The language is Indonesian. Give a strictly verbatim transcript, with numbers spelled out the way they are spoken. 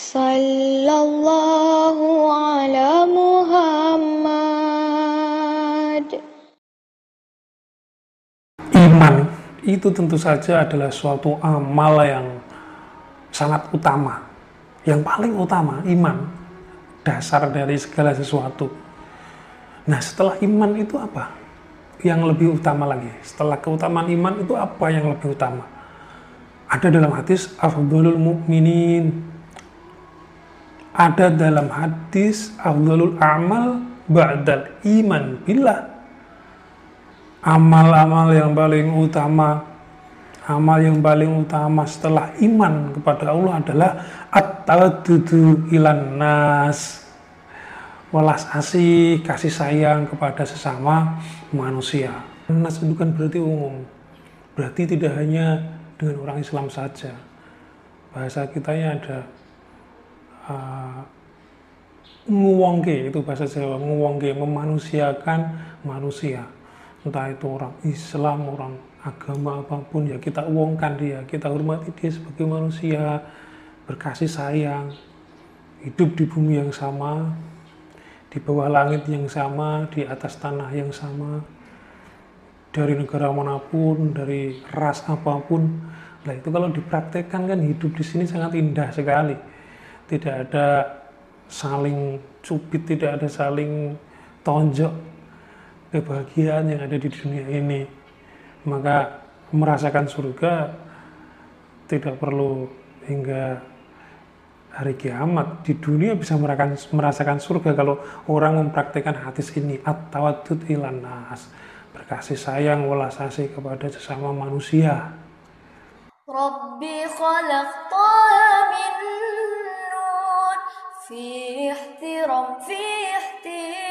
Sallallahu ala Muhammad. Iman itu tentu saja adalah suatu amal yang sangat utama, yang paling utama. Iman dasar dari segala sesuatu. Nah, setelah iman itu apa yang lebih utama lagi? Setelah keutamaan iman itu apa yang lebih utama? Ada dalam hadis afdhalul mu'minin, ada dalam hadis afdhalul amal ba'dal iman billah. Amal-amal yang paling utama, amal yang paling utama setelah iman kepada Allah adalah at-tawaddudu ilan nas, welas asih, kasih sayang kepada sesama manusia. Nas itu kan berarti umum, berarti tidak hanya dengan orang Islam saja. Bahasa kitanya ada uh, nguwongke, itu bahasa Jawa, nguwongke, memanusiakan manusia. Entah itu orang Islam, orang agama apapun, ya kita uangkan dia, kita hormati dia sebagai manusia, berkasih sayang, hidup di bumi yang sama, di bawah langit yang sama, di atas tanah yang sama, dari negara manapun, dari ras apapun. Nah, itu kalau dipraktekkan kan hidup di sini sangat indah sekali. Tidak ada saling cubit, tidak ada saling tonjok. Kebahagiaan yang ada di dunia ini, maka merasakan surga tidak perlu hingga hari kiamat. Di dunia bisa merasakan, merasakan surga kalau orang mempraktikkan hadis ini, at-tawaddud ilan nas, berkasih sayang, welas asih kepada sesama manusia. Rabbi khalaqtaha min nur, fi ihtiram, fi ihtiram